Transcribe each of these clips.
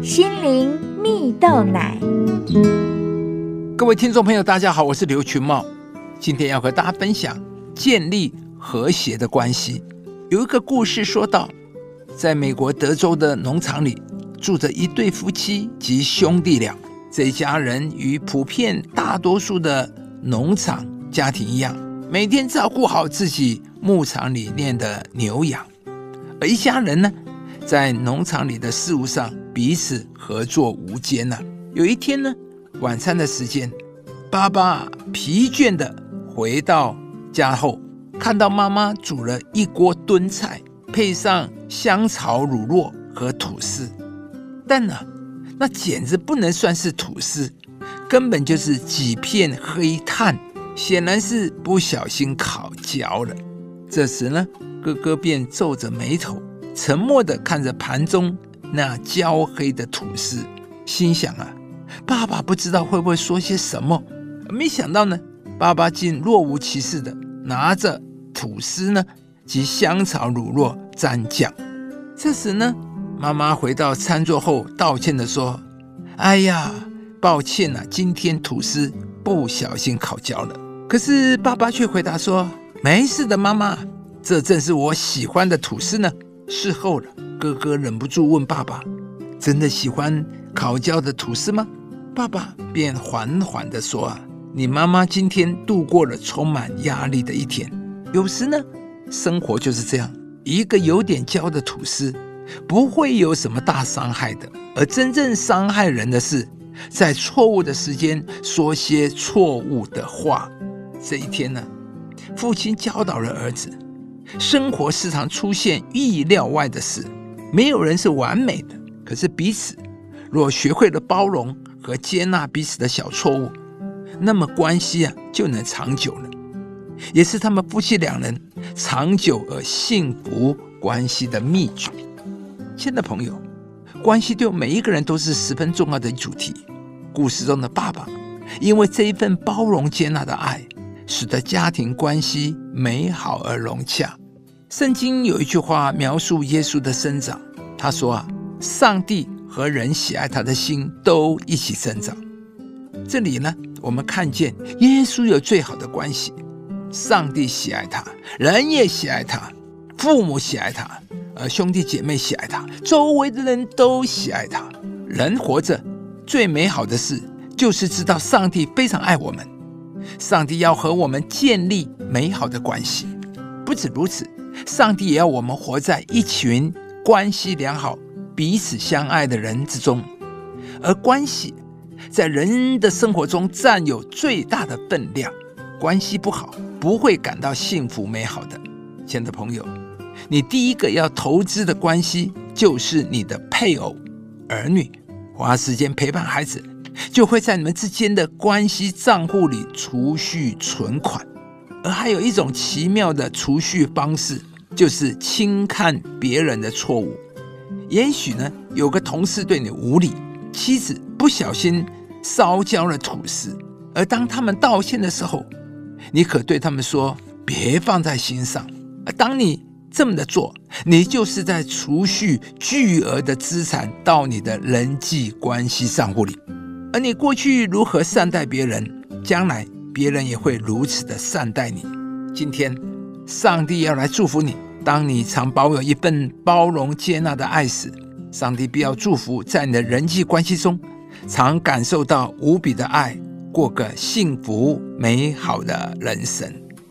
心灵蜜豆奶。 各位听众朋友大家好，我是刘群茂，今天要和大家分享建立和谐的关系。有一个故事说到，在美国德州的农场里住着一对夫妻及兄弟俩，这一家人与普遍大多数的农场家庭一样，每天照顾好自己牧场里面的牛羊，而一家人呢，在农场里的事务上彼此合作无间啊。有一天呢，晚餐的时间，爸爸疲倦地回到家后，看到妈妈煮了一锅炖菜，配上香草乳酪和吐司，但呢，那简直不能算是吐司，根本就是几片黑炭，显然是不小心烤焦了。这时呢，哥哥便皱着眉头，沉默地看着盘中那焦黑的吐司，心想啊，爸爸不知道会不会说些什么。没想到呢，爸爸竟若无其事地拿着吐司呢及香草乳酪蘸酱。这时呢，妈妈回到餐桌后道歉地说，哎呀，抱歉啊，今天吐司不小心烤焦了。可是爸爸却回答说，没事的妈妈，这正是我喜欢的吐司呢。事后了，哥哥忍不住问爸爸，真的喜欢烤焦的吐司吗？爸爸便缓缓地说啊，你妈妈今天度过了充满压力的一天。有时呢，生活就是这样，一个有点焦的吐司不会有什么大伤害的，而真正伤害人的是在错误的时间说些错误的话。这一天呢，父亲教导了儿子，生活时常出现意料外的事，没有人是完美的，可是彼此若学会了包容和接纳彼此的小错误，那么关系就能长久了，也是他们夫妻两人长久而幸福关系的秘诀。亲爱的朋友，关系对每一个人都是十分重要的主题。故事中的爸爸因为这一份包容接纳的爱，使得家庭关系美好而融洽。圣经有一句话描述耶稣的生长，他说啊，上帝和人喜爱他的心都一起生长。这里呢，我们看见耶稣有最好的关系，上帝喜爱他，人也喜爱他，父母喜爱他，兄弟姐妹喜爱他，周围的人都喜爱他。人活着最美好的事，就是知道上帝非常爱我们，上帝要和我们建立美好的关系。不止如此，上帝也要我们活在一群关系良好、彼此相爱的人之中，而关系在人的生活中占有最大的分量。关系不好，不会感到幸福美好的。亲爱的朋友，你第一个要投资的关系就是你的配偶、儿女。花时间陪伴孩子，就会在你们之间的关系账户里储蓄存款。而还有一种奇妙的储蓄方式，就是轻看别人的错误。也许呢，有个同事对你无礼，妻子不小心烧焦了吐司，而当他们道歉的时候，你可对他们说，别放在心上。而当你这么的做，你就是在储蓄巨额的资产到你的人际关系账户里。而你过去如何善待别人，将来别人也会如此的善待你。今天上帝要来祝福你，当你常保有一份包容接纳的爱时，上帝必要祝福在你的人际关系中常感受到无比的爱，过个幸福美好的人生。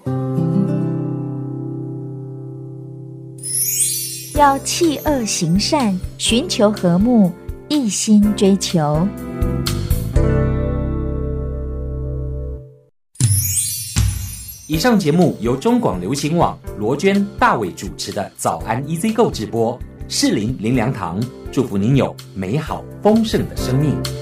要弃恶行善，寻求和睦，一心追求。 以上节目由中广流行网罗娟、大伟主持的早安 EZ 购直播，士林林良堂祝福您有美好丰盛的生命。